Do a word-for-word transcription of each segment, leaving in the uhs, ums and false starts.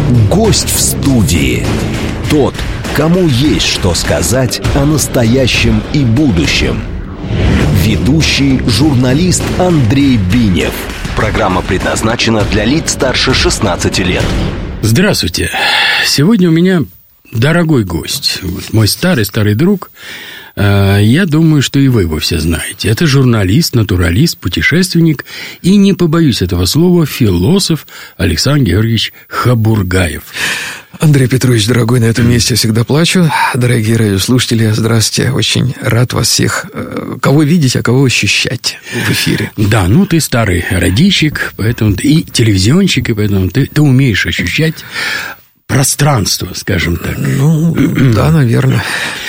Гость в студии. Тот, кому есть что сказать о настоящем и будущем. Ведущий журналист Андрей Бинев. Программа предназначена для лиц старше шестнадцати лет. Здравствуйте. Сегодня у меня дорогой гость. Мой старый-старый друг. Я думаю, что и вы его все знаете. Это журналист, натуралист, путешественник и, не побоюсь этого слова, философ Александр Георгиевич Хабургаев. Андрей Петрович, дорогой, на этом месте всегда плачу. Дорогие радиослушатели, здравствуйте. Очень рад вас всех, кого видеть, а кого ощущать в эфире. Да, ну ты старый радищик, поэтому и телевизионщик, и поэтому ты, ты умеешь ощущать пространство, скажем так. Ну, да, наверное.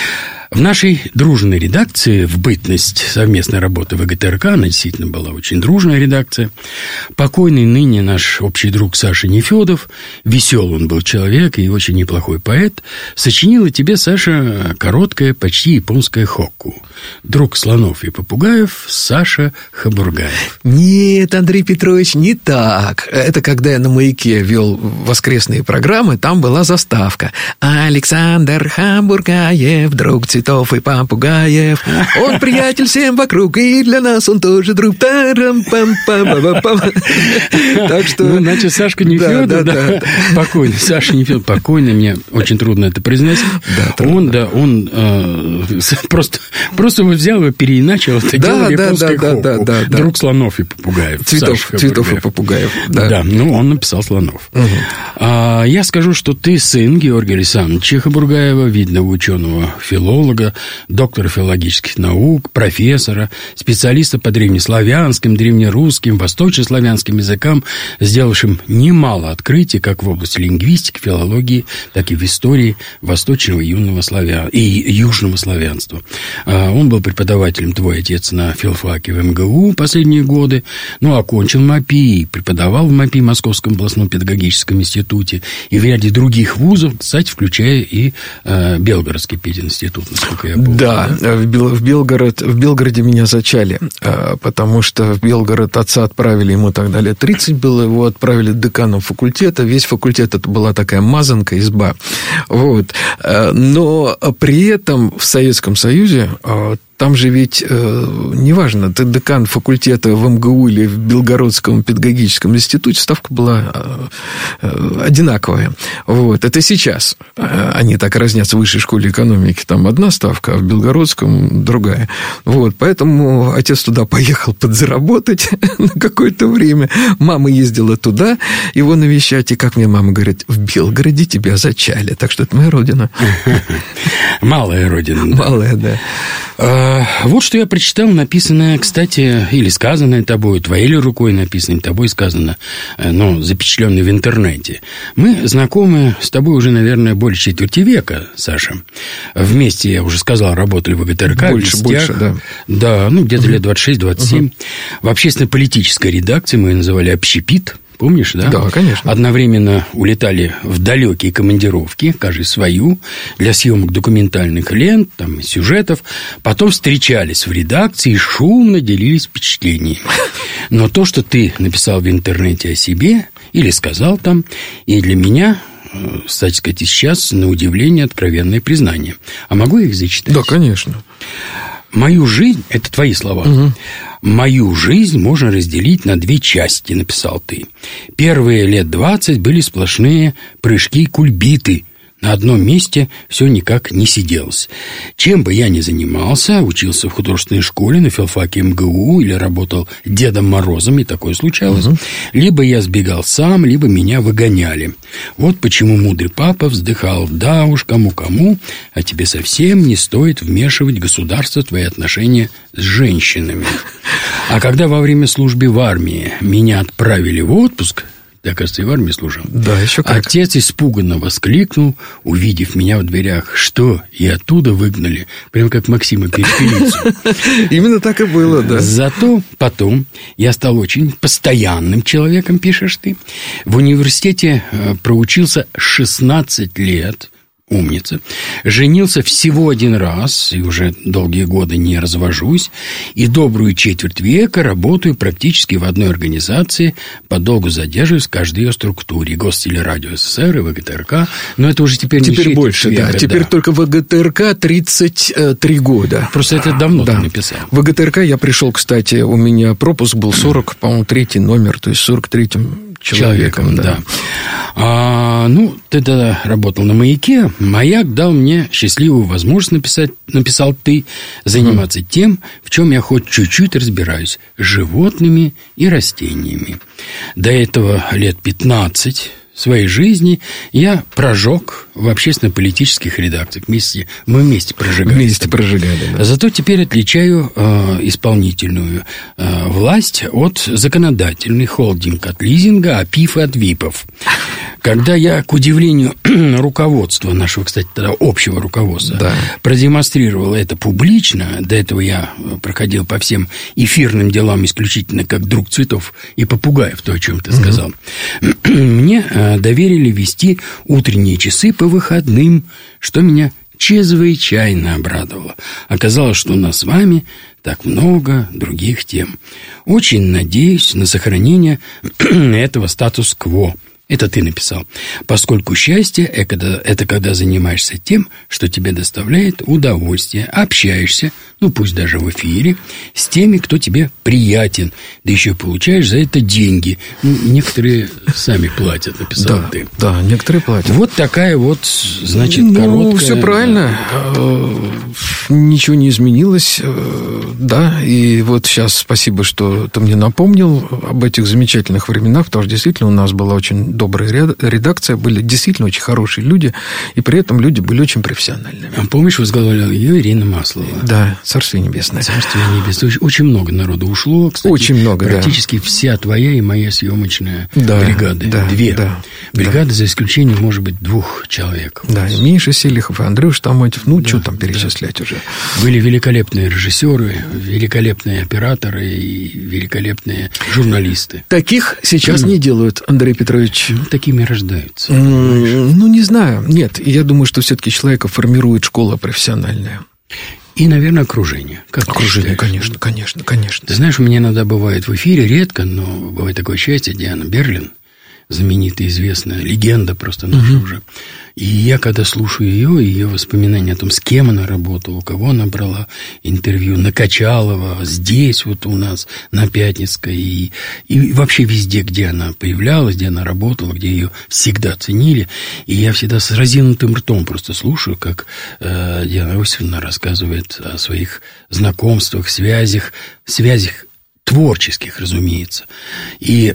В нашей дружной редакции, в бытность совместной работы ВГТРК, она действительно была очень дружная редакция, покойный ныне наш общий друг Саша Нефедов, веселый он был человек и очень неплохой поэт, сочинила тебе, Саша, короткое, почти японское хокку. Друг слонов и попугаев Саша Хабургаев. Нет, Андрей Петрович, не так. Это когда я на «Маяке» вел воскресные программы, там была заставка. Александр Хабургаев, друг цветов и попугаев. Он приятель всем вокруг, и для нас он тоже друг. Тарам-пам-пам-пам-пам. Так что... Ну, значит, Сашка Нефедов, да, да, да, да. Покойный. Саша Нефедов, покойный, мне очень трудно это произносить. Да, он, да, он э, просто, просто его взял и переиначил. Это да, да, да, да, да, да. Друг слонов и попугаев. Цветов, цветов и попугаев. Да. Да, ну, он написал слонов. Угу. А, я скажу, что ты сын Георгия Александровича Хабургаева, видного ученого, филолога, доктора филологических наук, профессора, специалиста по древнеславянским, древнерусским, восточнославянским языкам, сделавшим немало открытий как в области лингвистики, филологии, так и в истории восточного и южного славян... и южного славянства. Он был преподавателем, твой отец, на филфаке в МГУ последние годы, ну, окончил МАПИ, преподавал в МАПИ, Московском областном педагогическом институте, и в ряде других вузов, кстати, включая и Белгородский пединститут. Я помню, да, да? В, Бел, в, Белгород, в Белгороде меня зачали, потому что в Белгород отца отправили, ему тогда лет тридцать было, его отправили деканом факультета, весь факультет это была такая мазанка, изба. Вот. Но при этом в Советском Союзе... Там же ведь, э, неважно, ты декан факультета в МГУ или в Белгородском педагогическом институте, ставка была э, э, одинаковая. Вот. Это сейчас. Они так разнятся в высшей школе экономики. Там одна ставка, а в Белгородском другая. Вот. Поэтому отец туда поехал подзаработать на какое-то время. Мама ездила туда его навещать. И, как мне мама говорит, в Белгороде тебя зачали. Так что это моя родина. Малая родина. Малая, да. Вот что я прочитал, написанное, кстати, или сказанное тобой, твоей ли рукой написанное, тобой сказано, но запечатленное в интернете. Мы знакомы с тобой уже, наверное, больше четверти века, Саша. Вместе, я уже сказал, работали в ВГТРК. Больше, в больше, да. Да, ну, где-то угу. лет двадцать шесть двадцать семь. Угу. В общественно-политической редакции мы ее называли «Общепит». Помнишь, да? Да, конечно. Одновременно улетали в далекие командировки, каждый свою, для съемок документальных лент, там, сюжетов. Потом встречались в редакции и шумно делились впечатлениями. Но то, что ты написал в интернете о себе или сказал там, и для меня, кстати сказать, и сейчас, на удивление, откровенное признание. А могу я их зачитать? Да, конечно. Мою жизнь, это твои слова, угу. Мою жизнь можно разделить на две части, написал ты. Первые лет двадцать были сплошные прыжки и кульбиты. На одном месте все никак не сиделось. Чем бы я ни занимался, учился в художественной школе, на филфаке МГУ или работал Дедом Морозом, и такое случалось, угу. Либо я сбегал сам, либо меня выгоняли. Вот почему мудрый папа вздыхал: да уж, кому-кому, а тебе совсем не стоит вмешивать государство в твои отношения с женщинами. А когда во время службы в армии меня отправили в отпуск... Я, кажется, и в армии служил. Да, еще как. Отец испуганно воскликнул, увидев меня в дверях. Что? И оттуда выгнали. Прям как Максима Перепелицу. Именно так и было, да. Зато потом я стал очень постоянным человеком, пишешь ты. В университете проучился шестнадцать лет. умница. Женился всего один раз, и уже долгие годы не развожусь, и добрую четверть века работаю практически в одной организации, подолгу задерживаюсь в каждой ее структуре. Гостелерадио СССР и ВГТРК, но это уже теперь, теперь не больше, века, да. Теперь да. только ВГТРК тридцать три года. Просто это давно да. ты написал. В ВГТРК я пришел, кстати, у меня пропуск был сорок, по-моему, третий номер, то есть сорок третьим человеком, человеком да. да. А, ну, ты тогда работал на «Маяке». «Маяк» дал мне счастливую возможность написать, написал ты, заниматься mm. тем, в чем я хоть чуть-чуть разбираюсь – животными и растениями. До этого лет пятнадцать своей жизни я прожег в общественно-политических редакциях. Вместе, мы вместе прожигали. Вместе прожигали, да. Зато теперь отличаю э, исполнительную э, власть от законодательной, холдинг от лизинга, а пиф от випов. Когда я, к удивлению руководства нашего, кстати, тогда общего руководства, да. продемонстрировал это публично, до этого я проходил по всем эфирным делам исключительно как друг цветов и попугаев, то, о чем ты сказал, угу. мне доверили вести утренние часы по выходным, что меня чрезвычайно обрадовало. Оказалось, что у нас с вами так много других тем. Очень надеюсь на сохранение этого статус-кво. Это ты написал. Поскольку счастье – это когда занимаешься тем, что тебе доставляет удовольствие, общаешься, ну, пусть даже в эфире, с теми, кто тебе приятен, да еще и получаешь за это деньги. Ну, некоторые сами платят, написал да, ты. Да, некоторые платят. Вот такая вот, значит, ну, короткая... Ну, все правильно. Ничего не изменилось. Да, и вот сейчас спасибо, что ты мне напомнил об этих замечательных временах, потому что действительно у нас была очень добрая редакция, были действительно очень хорошие люди, и при этом люди были очень профессиональными. А помнишь, возглавляла ее Ирина Маслова? Да, Царствие Небесное. Царствие Небесное. Очень много народу ушло, кстати. Очень много, практически да. вся твоя и моя съемочная да, бригада. Да, Две. Да, бригады, да. за исключением, может быть, двух человек. Да, и Миша Селихов, и Андрюш Тамотьев. Ну, да, что там перечислять да. уже. Были великолепные режиссеры, великолепные операторы и великолепные журналисты. Таких сейчас mm. не делают, Андрей Петрович. Ну, такими рождаются. Mm, ну, не знаю. Нет, я думаю, что все-таки человека формирует школа профессиональная. И, наверное, окружение. Как окружение, конечно, конечно, конечно. Ты знаешь, у меня иногда бывает в эфире, редко, но бывает такое счастье, Диана Берлин, знаменитая, известная легенда просто наша uh-huh. уже. И я, когда слушаю ее, ее воспоминания о том, с кем она работала, у кого она брала интервью, на Качалова, здесь вот у нас, на Пятницкой, и, и вообще везде, где она появлялась, где она работала, где ее всегда ценили. И я всегда с разинутым ртом просто слушаю, как э, Диана Иосифовна рассказывает о своих знакомствах, связях, связях, творческих, разумеется. И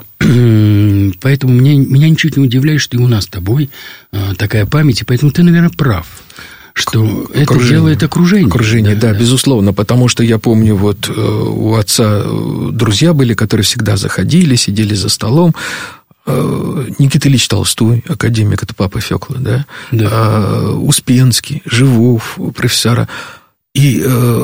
поэтому меня, меня ничуть не удивляет, что и у нас с тобой а, такая память, и поэтому ты, наверное, прав, что окружение. Это делает окружение. Окружение, да, да, да, безусловно, потому что я помню, вот у отца друзья были, которые всегда заходили, сидели за столом. Никита Ильич Толстой, академик, это папа Фёкла, да, да. Успенский, Живов, профессора, и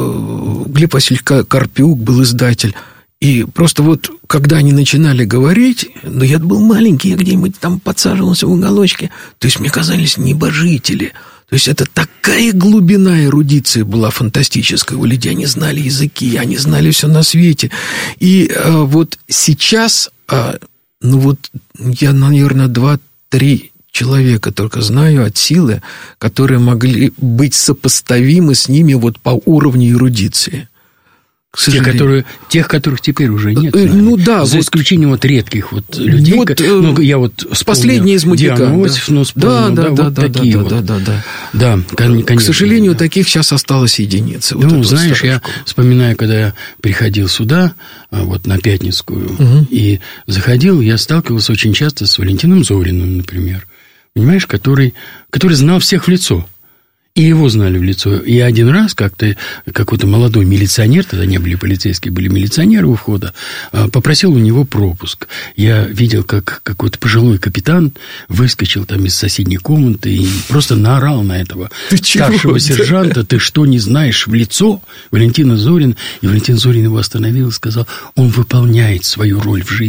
Глеб Васильевич Карпюк был издатель. И просто вот, когда они начинали говорить, да я был маленький, я где-нибудь там подсаживался в уголочке, то есть мне казались небожители. То есть это такая глубина эрудиции была фантастическая у людей. Они знали языки, они знали все на свете. И а, вот сейчас, а, ну вот я, наверное, два-три человека только знаю от силы, которые могли быть сопоставимы с ними вот по уровню эрудиции. Те, которые, тех, которых теперь уже нет. Ну, да, за вот, исключением вот редких вот людей. Вот, ну, я вот последний из Мудяка. Диану Иосифовну вспомнил. Да, да, да, да, вот да, такие да, вот. да, да, да. Да, конечно. К сожалению, да. таких сейчас осталось единицы. Ну, вот знаешь, я вспоминаю, когда я приходил сюда, вот на Пятницкую, угу. и заходил, я сталкивался очень часто с Валентином Зориным, например. Понимаешь, который, который знал всех в лицо. И его знали в лицо. И один раз как-то какой-то молодой милиционер, тогда не были полицейские, были милиционеры у входа, попросил у него пропуск. Я видел, как какой-то пожилой капитан выскочил там из соседней комнаты и просто наорал на этого ты старшего чего? сержанта: ты что, не знаешь в лицо Валентина Зорина? И Валентин Зорин его остановил и сказал: он выполняет свою роль в жизни.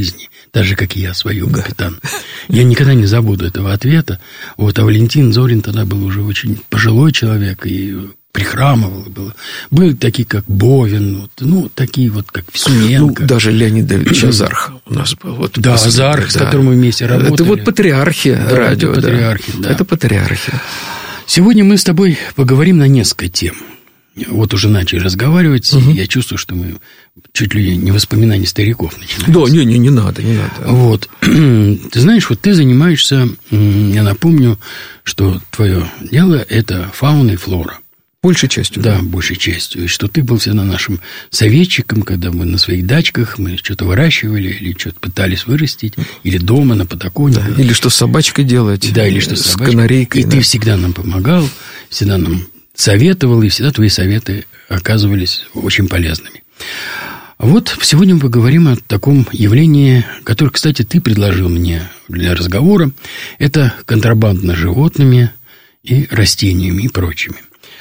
так же, как и я, свою, капитан. Я никогда не забуду этого ответа. Вот, а Валентин Зорин тогда был уже очень пожилой человек и прихрамывал. Было. Были такие, как Бовин, вот, ну, такие вот, как Всеменко. Ну, даже Леонид Ильич Азарх у нас был. Вот, да, Азарх, да. С которым мы вместе работали. Это вот патриархи да, радио. Это патриархи, да. да. Это патриархи. Сегодня мы с тобой поговорим на несколько тем. Вот уже начали разговаривать, угу. и я чувствую, что мы чуть ли не воспоминания стариков начинаем. Да, не, не, не надо, не надо. Вот. Ты знаешь, вот ты занимаешься, я напомню, что твое дело – это фауна и флора. Большей частью. Да, да, большей частью. И что ты был всегда нашим советчиком, когда мы на своих дачках, мы что-то выращивали, или что-то пытались вырастить, или дома на подоконнике. Да, или что с собачкой делать. Да, или что с, с собачкой. Канарейкой. И да. ты всегда нам помогал, всегда нам советовал, и всегда твои советы оказывались очень полезными. Вот сегодня мы поговорим о таком явлении, которое, кстати, ты предложил мне для разговора. Это контрабанда животными и растениями и прочими.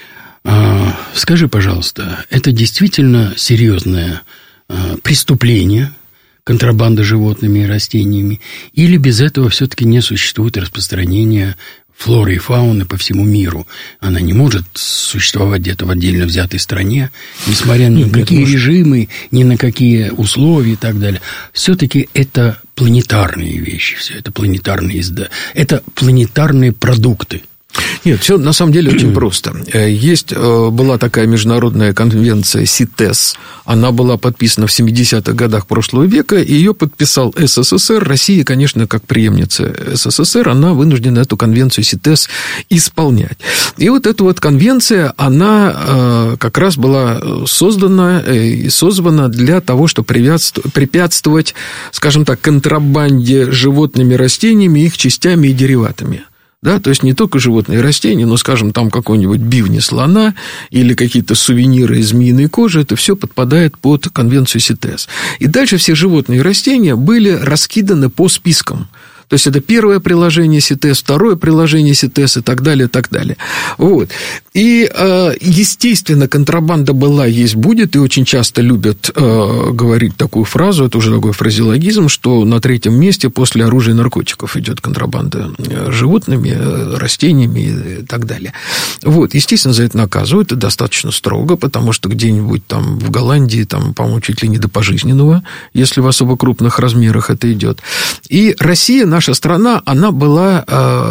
Скажи, пожалуйста, это действительно серьезное преступление, контрабанда животными и растениями, или без этого все-таки не существует распространения флоры и фауны по всему миру? Она не может существовать где-то в отдельно взятой стране, несмотря ни на какие может. режимы, ни на какие условия и так далее. Все-таки это планетарные вещи, все это планетарные изда... это планетарные продукты. Нет, все на самом деле очень просто. Есть, была такая международная конвенция СИТЕС. Она была подписана в семидесятых годах прошлого века, и ее подписал СССР. Россия, конечно, как преемница СССР, она вынуждена эту конвенцию СИТЕС исполнять. И вот эта вот конвенция, она как раз была создана и созвана для того, чтобы препятствовать, скажем так, контрабанде животными, растениями, их частями и дериватами. Да, то есть не только животные и растения, но, скажем, там какой-нибудь бивни слона или какие-то сувениры из змеиной кожи, это все подпадает под конвенцию СИТЕС. И дальше все животные и растения были раскиданы по спискам. То есть это первое приложение СИТЕС, второе приложение СИТЕС и так далее, и так далее. Вот. И, естественно, контрабанда была, есть, будет, и очень часто любят говорить такую фразу, это уже такой фразеологизм, что на третьем месте после оружия и наркотиков идет контрабанда животными, растениями и так далее. Вот. Естественно, за это наказывают, и достаточно строго, потому что где-нибудь там в Голландии, там, по-моему, чуть ли не до пожизненного, если в особо крупных размерах это идет. И Россия, наша страна, она была,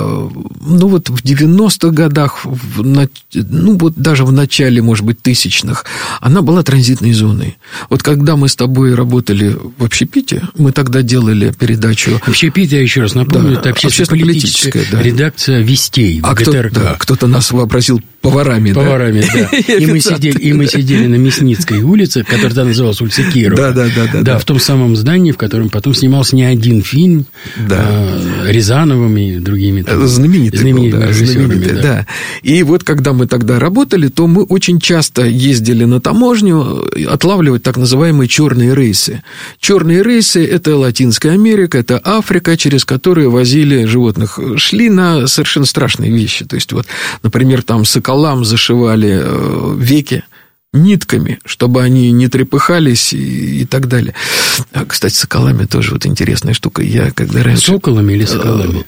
ну, вот в девяностых годах, в, ну, вот даже в начале, может быть, тысячных, она была транзитной зоной. Вот когда мы с тобой работали в общепите, мы тогда делали передачу... Общепит, я еще раз напомню, да, это общественно-политическая да. редакция «Вестей» в а ГТРК. Кто, да, кто-то нас вообразил поварами. Поварами, да. да. И, мы сидели, и мы сидели на Мясницкой улице, которая тогда называлась улица Кирова. Да, да, да, да, да. В том самом здании, в котором потом снимался не один фильм да. Рязановым и другими там, знаменитыми, знаменитыми да, режиссерами. Да. Да. И вот когда мы тогда работали, то мы очень часто ездили на таможню отлавливать так называемые черные рейсы. Черные рейсы – это Латинская Америка, это Африка, через которые возили животных. Шли на совершенно страшные вещи. То есть, вот, например, там соколам зашивали веки нитками, чтобы они не трепыхались и, и так далее. А, кстати, соколами тоже вот интересная штука. Я когда раньше... Соколами или соколами?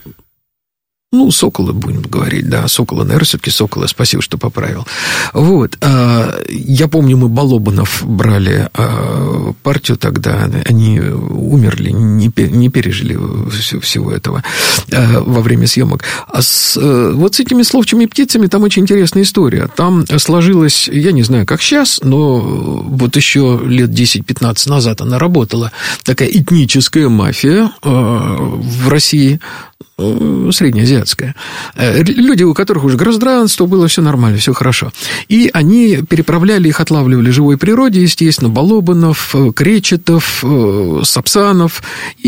Ну, соколы будем говорить, да, соколы, наверное, все-таки соколы, спасибо, что поправил. Вот, я помню, мы Балобанов брали партию тогда, они умерли, не пережили всего этого во время съемок. А с, вот с этими словчими птицами там очень интересная история. Там сложилась, я не знаю, как сейчас, но вот еще лет десять-пятнадцать назад она работала, такая этническая мафия в России, среднеазиатская. Люди, у которых уже гражданство было, все нормально, все хорошо. И они переправляли их, отлавливали в живой природе, естественно, Балобанов, Кречетов, Сапсанов,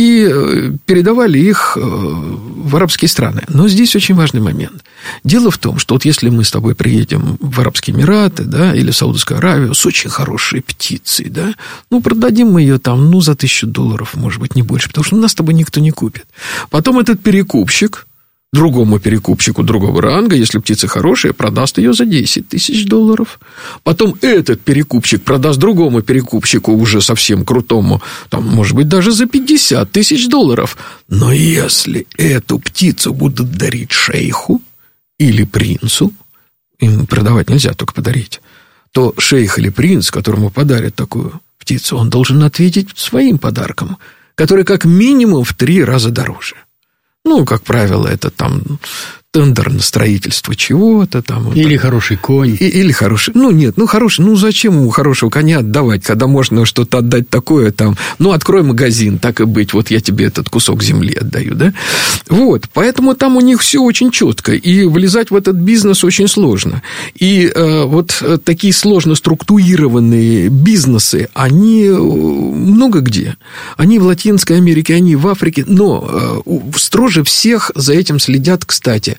и передавали их в арабские страны. Но здесь очень важный момент. Дело в том, что вот если мы с тобой приедем в Арабские Эмираты, да, или в Саудовскую Аравию с очень хорошей птицей, да, ну, продадим мы ее там, ну, за тысячу долларов, может быть, не больше, потому что нас с тобой никто не купит. Потом этот перекупщик, другому перекупщику другого ранга, если птица хорошая, продаст ее за десять тысяч долларов. Потом этот перекупщик продаст другому перекупщику, уже совсем крутому, там, может быть, даже за пятьдесят тысяч долларов. Но если эту птицу будут дарить шейху или принцу, им продавать нельзя, только подарить, то шейх или принц, которому подарят такую птицу, он должен ответить своим подарком, который как минимум в три раза дороже. Ну, как правило, это там тендер на строительство чего-то там. Или так. хороший конь. И, или хороший. Ну, нет, ну, хороший. Ну, зачем ему хорошего коня отдавать, когда можно что-то отдать такое там. Ну, открой магазин, так и быть. Вот я тебе этот кусок земли отдаю, да? Вот. Поэтому там у них все очень четко. И влезать в этот бизнес очень сложно. И э, вот такие сложно структурированные бизнесы, они много где. Они в Латинской Америке, они в Африке. Но э, строже всех за этим следят, кстати,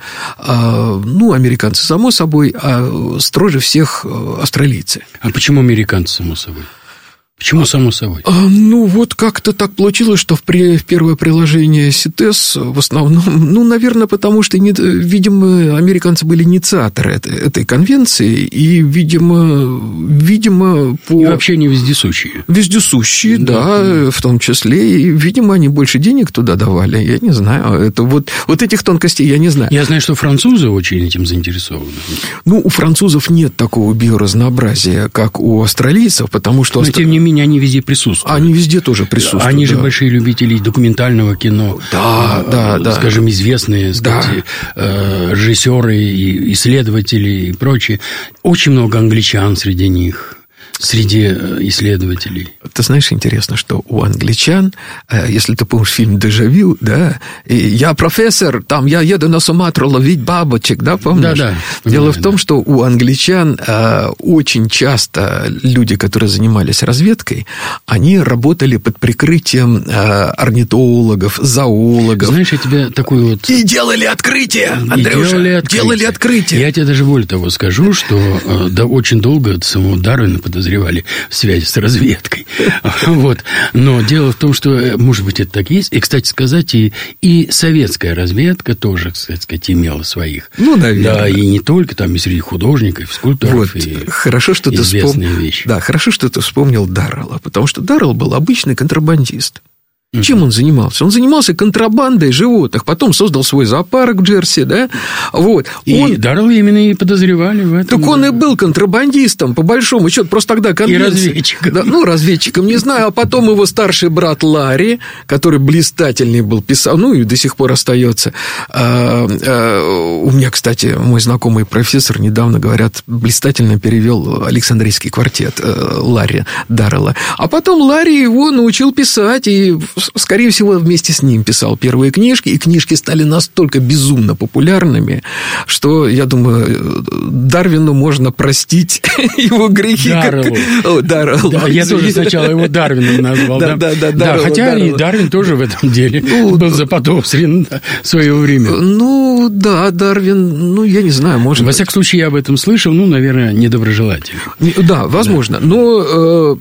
ну, американцы, само собой, а строже всех австралийцы. А почему американцы, само собой? Почему само собой? А, ну, вот как-то так получилось, что в, при, в первое приложение СИТЕС в основном, ну, наверное, потому что, не, видимо, американцы были инициаторы этой, этой конвенции, и, видимо, видимо, по... И вообще не вездесущие. Вездесущие, да, да, в том числе, и, видимо, они больше денег туда давали, я не знаю, это вот, вот этих тонкостей я не знаю. Я знаю, что французы очень этим заинтересованы. Ну, у французов нет такого биоразнообразия, как у австралийцев, потому что... Но, тем не менее, они везде присутствуют. Они везде тоже присутствуют. Они же да. большие любители документального кино. Да, да, да. Скажем, известные, сказать, да. режиссеры, исследователи и прочее. Очень много англичан среди них. Среди исследователей. Ты знаешь, интересно, что у англичан, если ты помнишь фильм «Дежавю», да, я профессор, там, я еду на Суматру ловить бабочек, да, помнишь? Да, да. Дело да, в том, да. что у англичан очень часто люди, которые занимались разведкой, они работали под прикрытием орнитологов, зоологов. Знаешь, я тебе такой вот... И делали открытие, Андрюша, делали открытие. делали открытие. Я тебе даже более того скажу, что да, очень долго самого Дарвина подозревали в связи с разведкой. Вот. Но дело в том, что, может быть, это так есть. И, кстати сказать, и, и советская разведка тоже, кстати сказать, имела своих. Ну, наверное. Да, и не только там, и среди художников, скульпторов, вот. и хорошо, что известные ты вспом... вещи. Да, хорошо, что ты вспомнил Даррелла, потому что Даррелл был обычный контрабандист. Чем он занимался? Он занимался контрабандой животных, потом создал свой зоопарк в Джерси, да? Вот. И он... Даррелла именно и подозревали в этом. Так он да. и был контрабандистом, по большому счету, просто тогда конвенция... И разведчиком. Да, ну, разведчиком, не знаю, а потом его старший брат Ларри, который блистательный был, писал, ну, и до сих пор остается. А, а, у меня, кстати, мой знакомый профессор недавно, говорят, блистательно перевел Александрийский квартет Ларри Даррелла. А потом Ларри его научил писать, и... скорее всего, вместе с ним писал первые книжки, и книжки стали настолько безумно популярными, что, я думаю, Дарвину можно простить его грехи. Дарреллу. О, Дарреллу. Да, я тоже сначала его Дарвином назвал. Да, да, да. да, да хотя Дарреллу. И Дарвин тоже в этом деле ну, был заподозрен в свое время. Ну, да, Дарвин, ну, я не знаю, может Во всяком случае, я об этом слышал, ну, наверное, недоброжелательно. Да, возможно. Да. Но...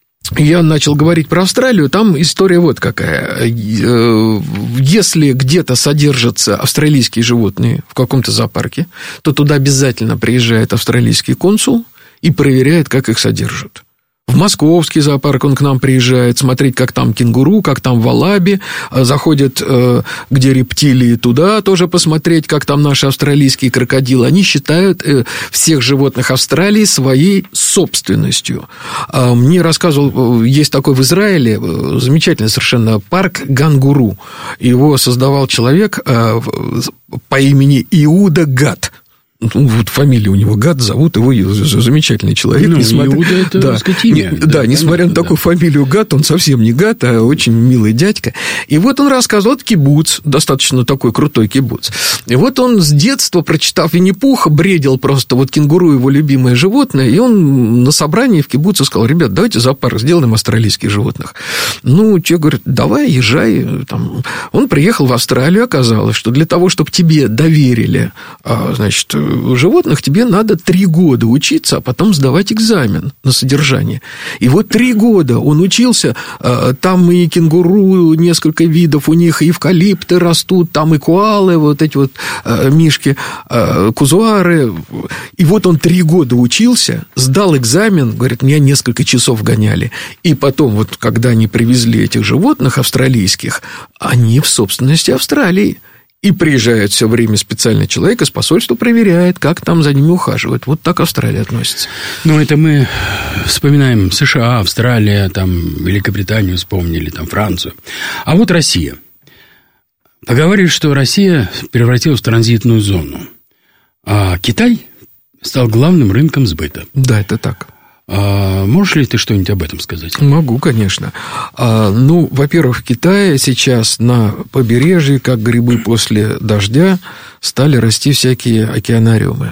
Я начал говорить про Австралию, там история вот какая. Если где-то содержатся австралийские животные в каком-то зоопарке, то туда обязательно приезжает австралийский консул и проверяет, как их содержат. В московский зоопарк он к нам приезжает смотреть, как там кенгуру, как там валаби, заходит, где рептилии, туда тоже посмотреть, как там наши австралийские крокодилы. Они считают всех животных Австралии своей собственностью. Мне рассказывал, есть такой в Израиле замечательный совершенно парк Гангуру. Его создавал человек по имени Иуда Гат. Ну, вот фамилия у него Гад, зовут его замечательный человек. Ну, несмотря... Иуда – это, да, сказать, имя. Не, да, да, несмотря на такую да. фамилию Гад, он совсем не Гад, а очень милый дядька. И вот он рассказывал, это кибуц, достаточно такой крутой кибуц. И вот он с детства, прочитав Винни-Пуха, бредил просто, вот кенгуру его любимое животное, и он на собрании в кибуце сказал: ребят, давайте зоопарк сделаем австралийских животных. Ну, те говорят, давай, езжай. Там. Он приехал в Австралию, оказалось, что для того, чтобы тебе доверили, значит, животных тебе надо три года учиться, а потом сдавать экзамен на содержание. И вот три года он учился, там и кенгуру несколько видов, у них и эвкалипты растут, там и коалы, вот эти вот мишки, кузуары. И вот он три года учился, сдал экзамен, говорит, меня несколько часов гоняли. И потом, вот когда они привезли этих животных австралийских, они в собственности Австралии. И приезжает все время специальный человек из посольства, проверяет, как там за ними ухаживают. Вот так Австралия относится. Ну, это мы вспоминаем США, Австралия, там, Великобританию вспомнили, там, Францию. А вот Россия. Поговаривают, что Россия превратилась в транзитную зону. А Китай стал главным рынком сбыта. Да, это так. А можешь ли ты что-нибудь об этом сказать? Могу, конечно. А, ну, во-первых, в Китае сейчас на побережье, как грибы после дождя, стали расти всякие океанариумы.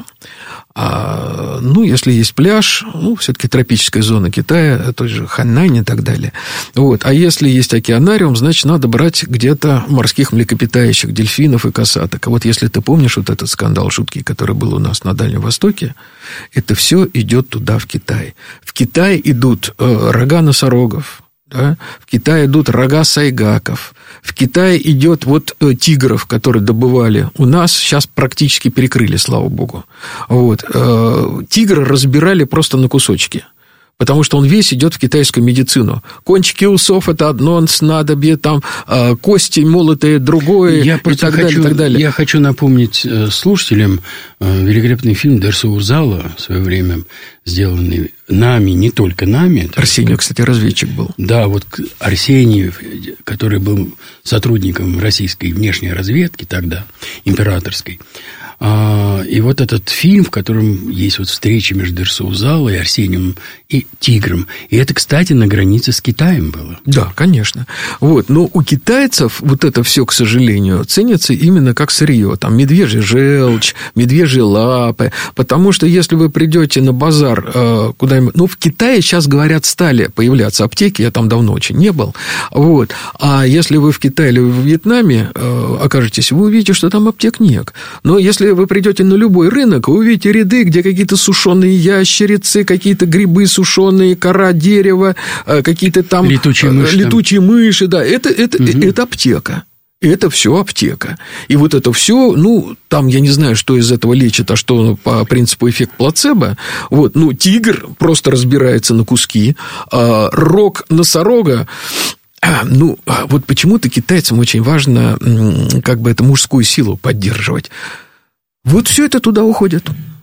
А, ну, если есть пляж, ну, все-таки тропическая зона Китая, тот же Ханань и так далее. Вот. А если есть океанариум, значит, надо брать где-то морских млекопитающих, дельфинов и косаток. А вот если ты помнишь вот этот скандал шутки, который был у нас на Дальнем Востоке, это все идет туда, в Китай. В Китай идут э, рога носорогов, да? В Китае идут рога сайгаков. В Китае идет вот э, тигров, которые добывали у нас, сейчас практически перекрыли, слава богу. Вот. Э, тигра разбирали просто на кусочки. Потому что он весь идет в китайскую медицину. Кончики усов – это одно снадобье, там э, кости молотые – другое, я и так, хочу, далее, и так далее. Я хочу напомнить слушателям великолепный фильм Дерсу Узала, в свое время сделанный нами, не только нами. Арсений, кстати, разведчик был. Да, вот Арсений, который был сотрудником российской внешней разведки тогда, императорской. И вот этот фильм, в котором есть вот встреча между Дерсу Узала и Арсением и тигром. И это, кстати, на границе с Китаем было. Да, конечно. Вот. Но у китайцев вот это все, к сожалению, ценится именно как сырье. Там медвежья желчь, медвежьи лапы. Потому что если вы придете на базар куда-нибудь... Ну, в Китае сейчас, говорят, стали появляться аптеки. Я там давно очень не был. Вот. А если вы в Китае или в Вьетнаме окажетесь, вы увидите, что там аптек нет. Но если вы придете на любой рынок, вы увидите ряды, где какие-то сушеные ящерицы, какие-то грибы сушеные, кора дерева, какие-то там... Летучие мыши. Летучие мыши, да. Это, это, угу. это аптека. Это все аптека. И вот это все, ну, там я не знаю, что из этого лечит, а что по принципу эффект плацебо. Вот, ну, тигр просто разбирается на куски. А рог носорога... Ну, вот почему-то китайцам очень важно как бы эту мужскую силу поддерживать. Вот все это туда уходит.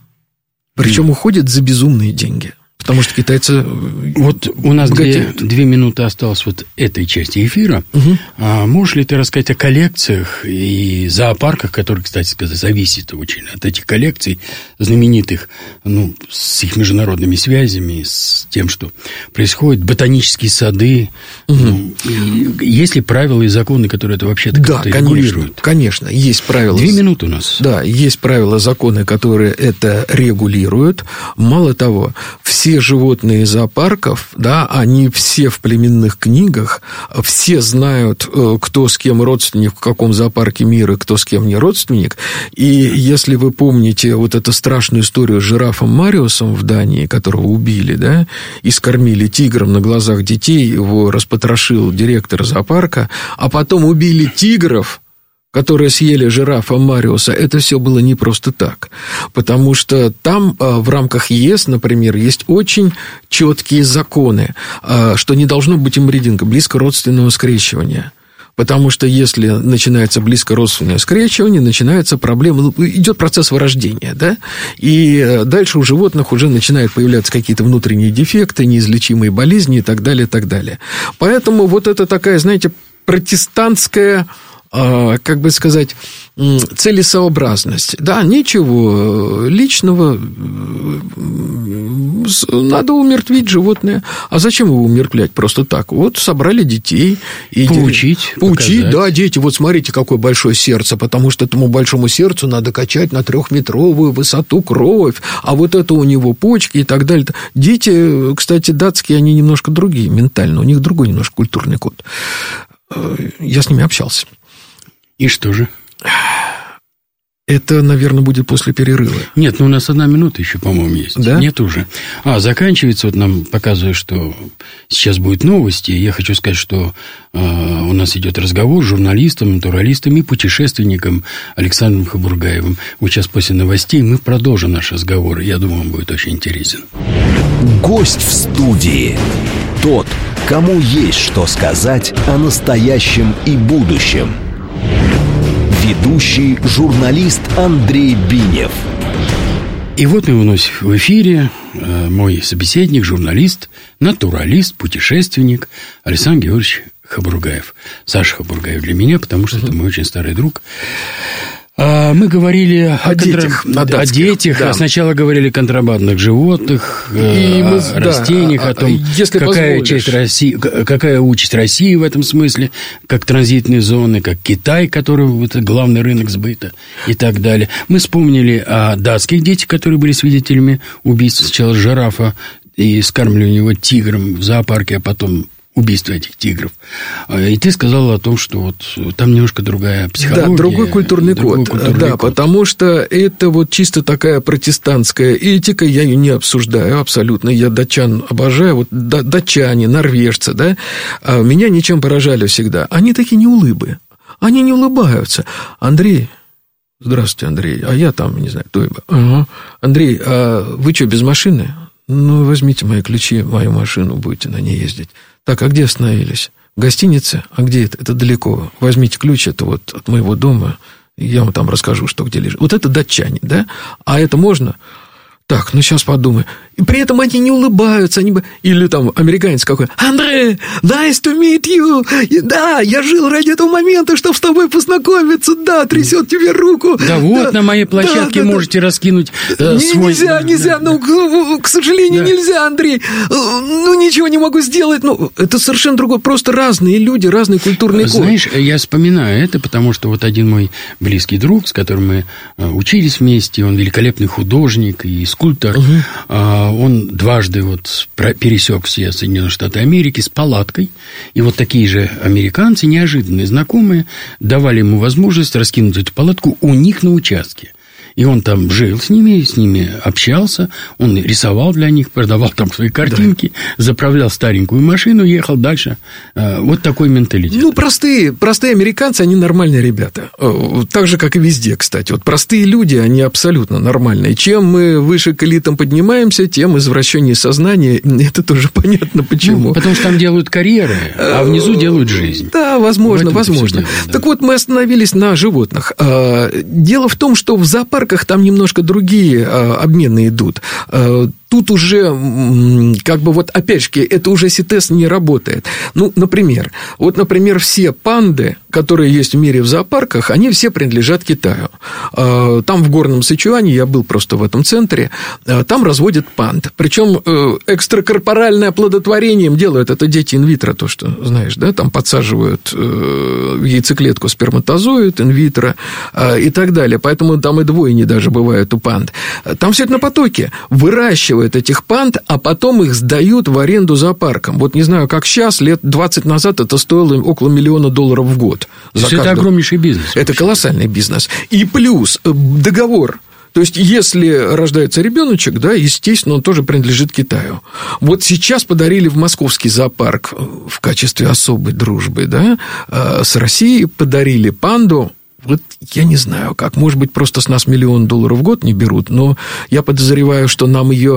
Причем уходит за безумные деньги. Потому что китайцы... Вот у нас две, две минуты осталось вот этой части эфира. Угу. А можешь ли ты рассказать о коллекциях и зоопарках, которые, кстати сказать, зависят очень от этих коллекций знаменитых, ну, с их международными связями, с тем, что происходит, ботанические сады. Угу. Ну, есть ли правила и законы, которые это вообще-то да, как-то конечно, регулируют? Конечно, есть правила. Две минуты у нас. Да, есть правила, законы, которые это регулируют. Мало того, все животные зоопарков, да, они все в племенных книгах, все знают, кто с кем родственник, в каком зоопарке мира, кто с кем не родственник. И если вы помните вот эту страшную историю с жирафом Мариусом в Дании, которого убили, да, и скормили тигром на глазах детей, его распотрошил директор зоопарка, а потом убили тигров, которые съели жирафа Мариуса, это все было не просто так. Потому что там в рамках ЕС, например, есть очень четкие законы, что не должно быть имбридинга, близкородственного скрещивания. Потому что если начинается близкородственное скрещивание, начинается проблема, идет процесс вырождения, да, и дальше у животных уже начинают появляться какие-то внутренние дефекты, неизлечимые болезни и так далее, и так далее. Поэтому вот это такая, знаете, протестантская, как бы сказать, целесообразность. Да, ничего личного, надо умертвить животное. А зачем его умертвлять просто так? Вот собрали детей. И поучить. Поучить, показать. Да, дети, вот смотрите, какое большое сердце, потому что этому большому сердцу надо качать на трехметровую высоту кровь, а вот это у него почки и так далее. Дети, кстати, датские, они немножко другие ментально, у них другой немножко культурный код. Я с ними общался. И что же? Это, наверное, будет после перерыва. Нет, ну у нас одна минута еще, по-моему, есть. Да? Нет уже. А, заканчивается, вот нам показывают, что сейчас будут новости. Я хочу сказать, что э, у нас идет разговор с журналистом, натуралистом и путешественником Александром Хабургаевым. Вот сейчас после новостей мы продолжим наш разговор. Я думаю, он будет очень интересен. Гость в студии. Тот, кому есть что сказать о настоящем и будущем. Ведущий журналист Андрей Бинев. И вот мы вновь в эфире. Мой собеседник, журналист, натуралист, путешественник Александр Георгиевич Хабургаев. Саша Хабургаев для меня, потому что uh-huh. это мой очень старый друг. Мы говорили о, о контра... детях, о, о детях да. Сначала говорили о контрабандных животных, и о мы, растениях, да, о том, если какая, часть России, какая участь России в этом смысле, как транзитные зоны, как Китай, который это главный рынок сбыта и так далее. Мы вспомнили о датских детях, которые были свидетелями убийства сначала жирафа и скармливания его тигром в зоопарке, а потом убийство этих тигров. И ты сказал о том, что вот там немножко другая психология. Да, другой культурный другой код. Культурный да, код. Потому что это вот чисто такая протестантская этика, я ее не обсуждаю абсолютно. Я датчан обожаю. Вот датчане, норвежцы, да, меня ничем поражали всегда. Они такие неулыбы. Они не улыбаются. Андрей... Здравствуйте, Андрей. А я там, не знаю, кто... Ага. Андрей, а вы что, без машины? Ну, возьмите мои ключи, мою машину, будете на ней ездить. Так, а где остановились? В гостинице? А где это? Это далеко. Возьмите ключ, это вот от моего дома, я вам там расскажу, что где лежит. Вот это датчане, да? А это можно? Так, ну сейчас подумай. И при этом они не улыбаются, они бы... Или там американец какой: Андрей, nice to meet you. И, да, я жил ради этого момента, чтобы с тобой познакомиться. Да, трясет тебе руку. Да, да вот на моей площадке да, да, можете да. раскинуть э, свой... Нельзя, нельзя, да, ну, да. к сожалению, да. нельзя, Андрей. Ну, ничего не могу сделать. Ну, это совершенно другое. Просто разные люди, разный культурный код. Знаешь, я вспоминаю это, потому что вот один мой близкий друг, с которым мы учились вместе, он великолепный художник и скульптор, угу. он дважды вот пересек все Соединенные Штаты Америки с палаткой, и вот такие же американцы, неожиданные знакомые, давали ему возможность раскинуть эту палатку у них на участке. И он там жил с ними, с ними общался, он рисовал для них, продавал там свои картинки, да. заправлял старенькую машину, ехал дальше. Вот такой менталитет. Ну, простые, простые американцы, они нормальные ребята. Так же, как и везде, кстати. Вот простые люди, они абсолютно нормальные. Чем мы выше к элитам поднимаемся, тем извращеннее сознания. Это тоже понятно, почему. Ну, потому что там делают карьеры, а внизу делают жизнь. Да, возможно, возможно. Дело, да. Так вот, мы остановились на животных. Дело в том, что в зоопарке там немножко другие а, обмены идут. А, тут уже, как бы вот, опять же, это уже СИТЭС не работает. Ну, например, вот, например, все панды, которые есть в мире в зоопарках, они все принадлежат Китаю. А, там в Горном Сычуане, я был просто в этом центре, а, там разводят панд. Причем экстракорпоральное оплодотворение им делают. Это дети инвитро, то, что, знаешь, да, там подсаживают в яйцеклетку сперматозоид инвитро и так далее. Поэтому там и двойни даже бывают у панд. Там все это на потоке. Выращивают этих панд, а потом их сдают в аренду зоопаркам. Вот не знаю, как сейчас, лет двадцать назад это стоило около миллиона долларов в год. За это огромнейший бизнес. Это вообще колоссальный бизнес. И плюс договор. То есть, если рождается ребеночек, да, естественно, он тоже принадлежит Китаю. Вот сейчас подарили в московский зоопарк в качестве особой дружбы, да, с Россией подарили панду. Вот я не знаю, как, может быть, просто с нас миллион долларов в год не берут, но я подозреваю, что нам ее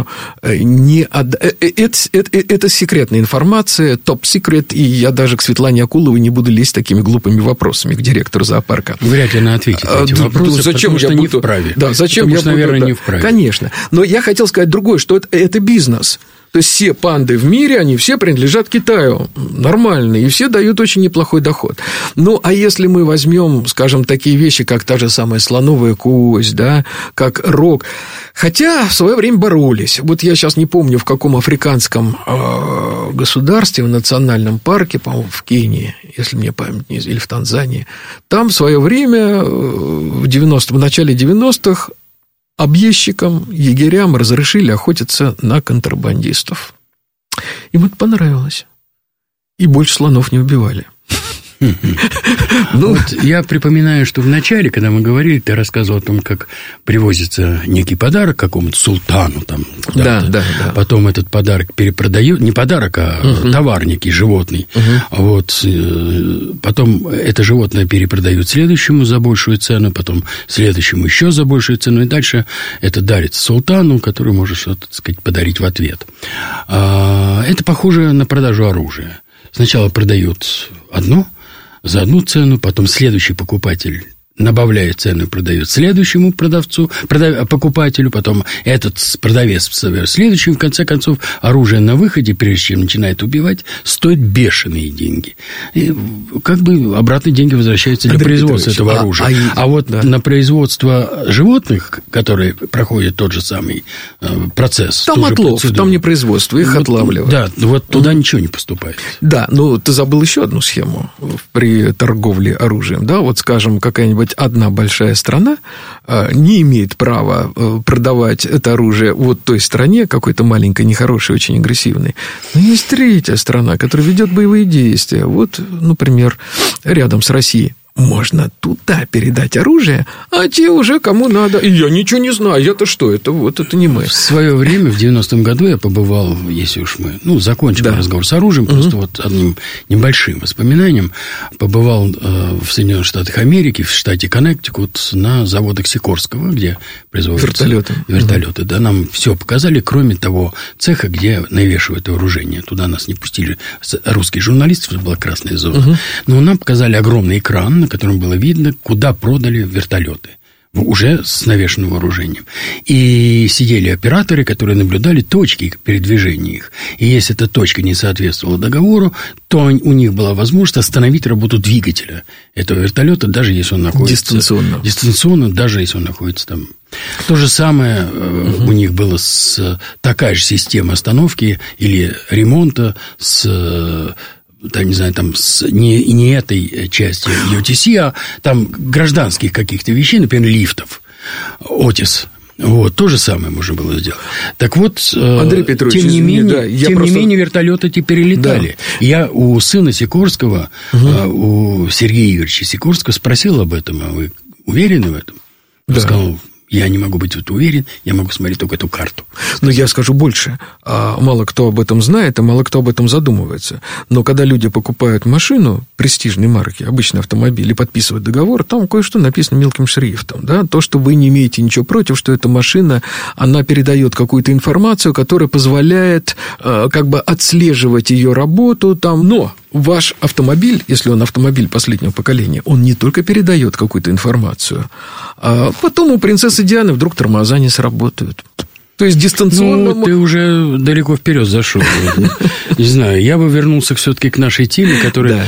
не отдадут. Это, это, это секретная информация, топ-секрет, и я даже к Светлане Акуловой не буду лезть такими глупыми вопросами к директору зоопарка. Вряд ли она ответит на эти вопросы, зачем потому что я не буду... вправе. Да, зачем потому я что, буду... наверное, да, не вправе. Конечно. Но я хотел сказать другое, что это, это бизнес. То есть, все панды в мире, они все принадлежат Китаю. Нормально. И все дают очень неплохой доход. Ну, а если мы возьмем, скажем, такие вещи, как та же самая слоновая кость, да, как рог. Хотя в свое время боролись. Вот я сейчас не помню, в каком африканском э, государстве, в национальном парке, по-моему, в Кении, если мне память не изменяет, или в Танзании. Там в свое время, в, девяностых, в начале девяностых, объездчикам, егерям разрешили охотиться на контрабандистов. Им это понравилось. И больше слонов не убивали. Ну, вот я припоминаю, что в начале, когда мы говорили, ты рассказывал о том, как привозится некий подарок какому-то султану там. Да, да, да. Потом этот подарок перепродают, не подарок, а угу. товар некий, животный. Угу. Вот. Потом это животное перепродают следующему за большую цену, потом следующему еще за большую цену, и дальше это дарится султану, который может что-то, так сказать, подарить в ответ. Это похоже на продажу оружия. Сначала продают одно за одну цену, потом следующий покупатель набавляет цену и продает следующему продавцу, продав... покупателю, потом этот продавец следующему. В конце концов, оружие на выходе, прежде чем начинает убивать, стоит бешеные деньги. И как бы обратно деньги возвращаются для Андрей производства Петрович, этого оружия. А, а, а вот да. на производство животных, которые проходят тот же самый процесс. Там отлов, там не производство, их вот, отлавливают. Да, вот туда mm. ничего не поступает. Да, но ты забыл еще одну схему при торговле оружием. Да, вот, скажем, какая-нибудь одна большая страна не имеет права продавать это оружие вот той стране, какой-то маленькой, нехорошей, очень агрессивной. Но есть третья страна, которая ведет боевые действия. Вот, например, рядом с Россией. Можно туда передать оружие, а те уже кому надо. И я ничего не знаю, это что? Это вот это не мы. В свое время, в девяностом году, я побывал, если уж мы, ну, закончим да. разговор с оружием, угу. просто вот одним небольшим воспоминанием, побывал э, в Соединенных Штатах Америки, в штате Коннектикут, на заводах Сикорского, где производятся вертолеты. Вертолеты. Угу. Да, нам все показали, кроме того цеха, где навешивают вооружение. Туда нас не пустили русские журналисты, потому что была красная зона. Угу. Но нам показали огромный экран, на котором было видно, куда продали вертолеты. Уже с навешенным вооружением. И сидели операторы, которые наблюдали точки передвижения их. И если эта точка не соответствовала договору, то у них была возможность остановить работу двигателя этого вертолета, даже если он находится... Дистанционно. Дистанционно, даже если он находится там... То же самое угу. у них было с... Такая же система остановки или ремонта с... Да, не знаю, там с, не, не этой части ю ти си, а там гражданских каких-то вещей, например, лифтов, Отис. Вот, то же самое можно было сделать. Так вот, Андрей Петрович, тем не извини, менее, да, я тем просто... не менее вертолеты теперь летали. Да. Я у сына Сикорского, угу. у Сергея Юрьевича Сикорского спросил об этом, а вы уверены в этом? Он да. сказал... Я не могу быть в этом уверен, я могу смотреть только эту карту. Но я скажу больше. Мало кто об этом знает, а мало кто об этом задумывается. Но когда люди покупают машину престижной марки, обычный автомобиль, и подписывают договор, там кое-что написано мелким шрифтом. Да? То, что вы не имеете ничего против, что эта машина, она передает какую-то информацию, которая позволяет как бы отслеживать ее работу. Там. Но ваш автомобиль, если он автомобиль последнего поколения, он не только передает какую-то информацию, а потом у принцессы Дианы вдруг тормоза не сработают. То есть дистанционно... Ну, ты уже далеко вперед зашел. Не знаю, я бы вернулся все-таки к нашей теме, которая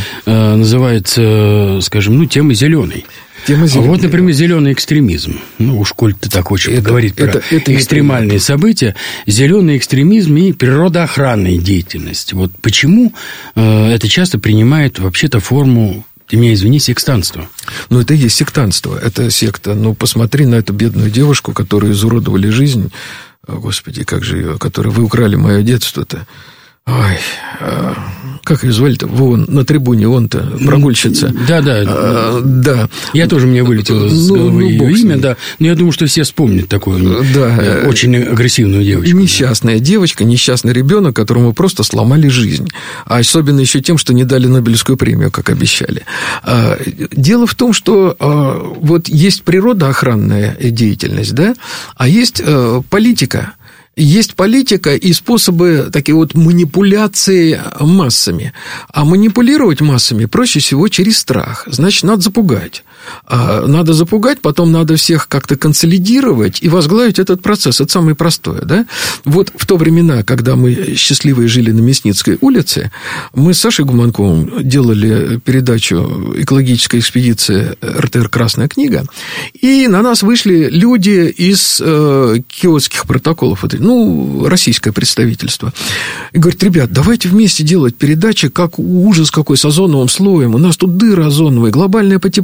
называется, скажем, ну, темой зеленой. Тема а вот, например, зеленый экстремизм. Ну, уж коль ты так хочешь это, поговорить это, про это экстремальные это... события, зеленый экстремизм и природоохранная деятельность. Вот почему э, это часто принимает вообще-то форму, ты меня извини, сектантство. Ну, это и есть сектантство. Это секта. Ну, посмотри на эту бедную девушку, которую изуродовали жизнь. О, Господи, как же ее, которой вы украли мое детство-то. Ой, а, как ее звали-то? Вон, на трибуне, он-то, прогульщица. Да, да. А, да. Я тоже, мне вылетело из ну, головы ну, ее имя, да. Но я думаю, что все вспомнят такую да. очень агрессивную девочку. Несчастная да. девочка, несчастный ребенок, которому просто сломали жизнь. А особенно еще тем, что не дали Нобелевскую премию, как обещали. А, дело в том, что а, вот есть природоохранная деятельность, да, а есть а, политика. Есть политика и способы такие вот манипуляции массами. А манипулировать массами проще всего через страх. Значит, надо запугать. Надо запугать, потом надо всех как-то консолидировать и возглавить этот процесс. Это самое простое, да? Вот в то времена, когда мы счастливые жили на Мясницкой улице, мы с Сашей Гуманковым делали передачу «Экологическая экспедиция эр тэ эр «Красная книга», и на нас вышли люди из э, киотских протоколов, ну, российское представительство. И говорит, ребят, давайте вместе делать передачи, как ужас какой с озоновым слоем. У нас тут дыры озоновые, глобальное потепление.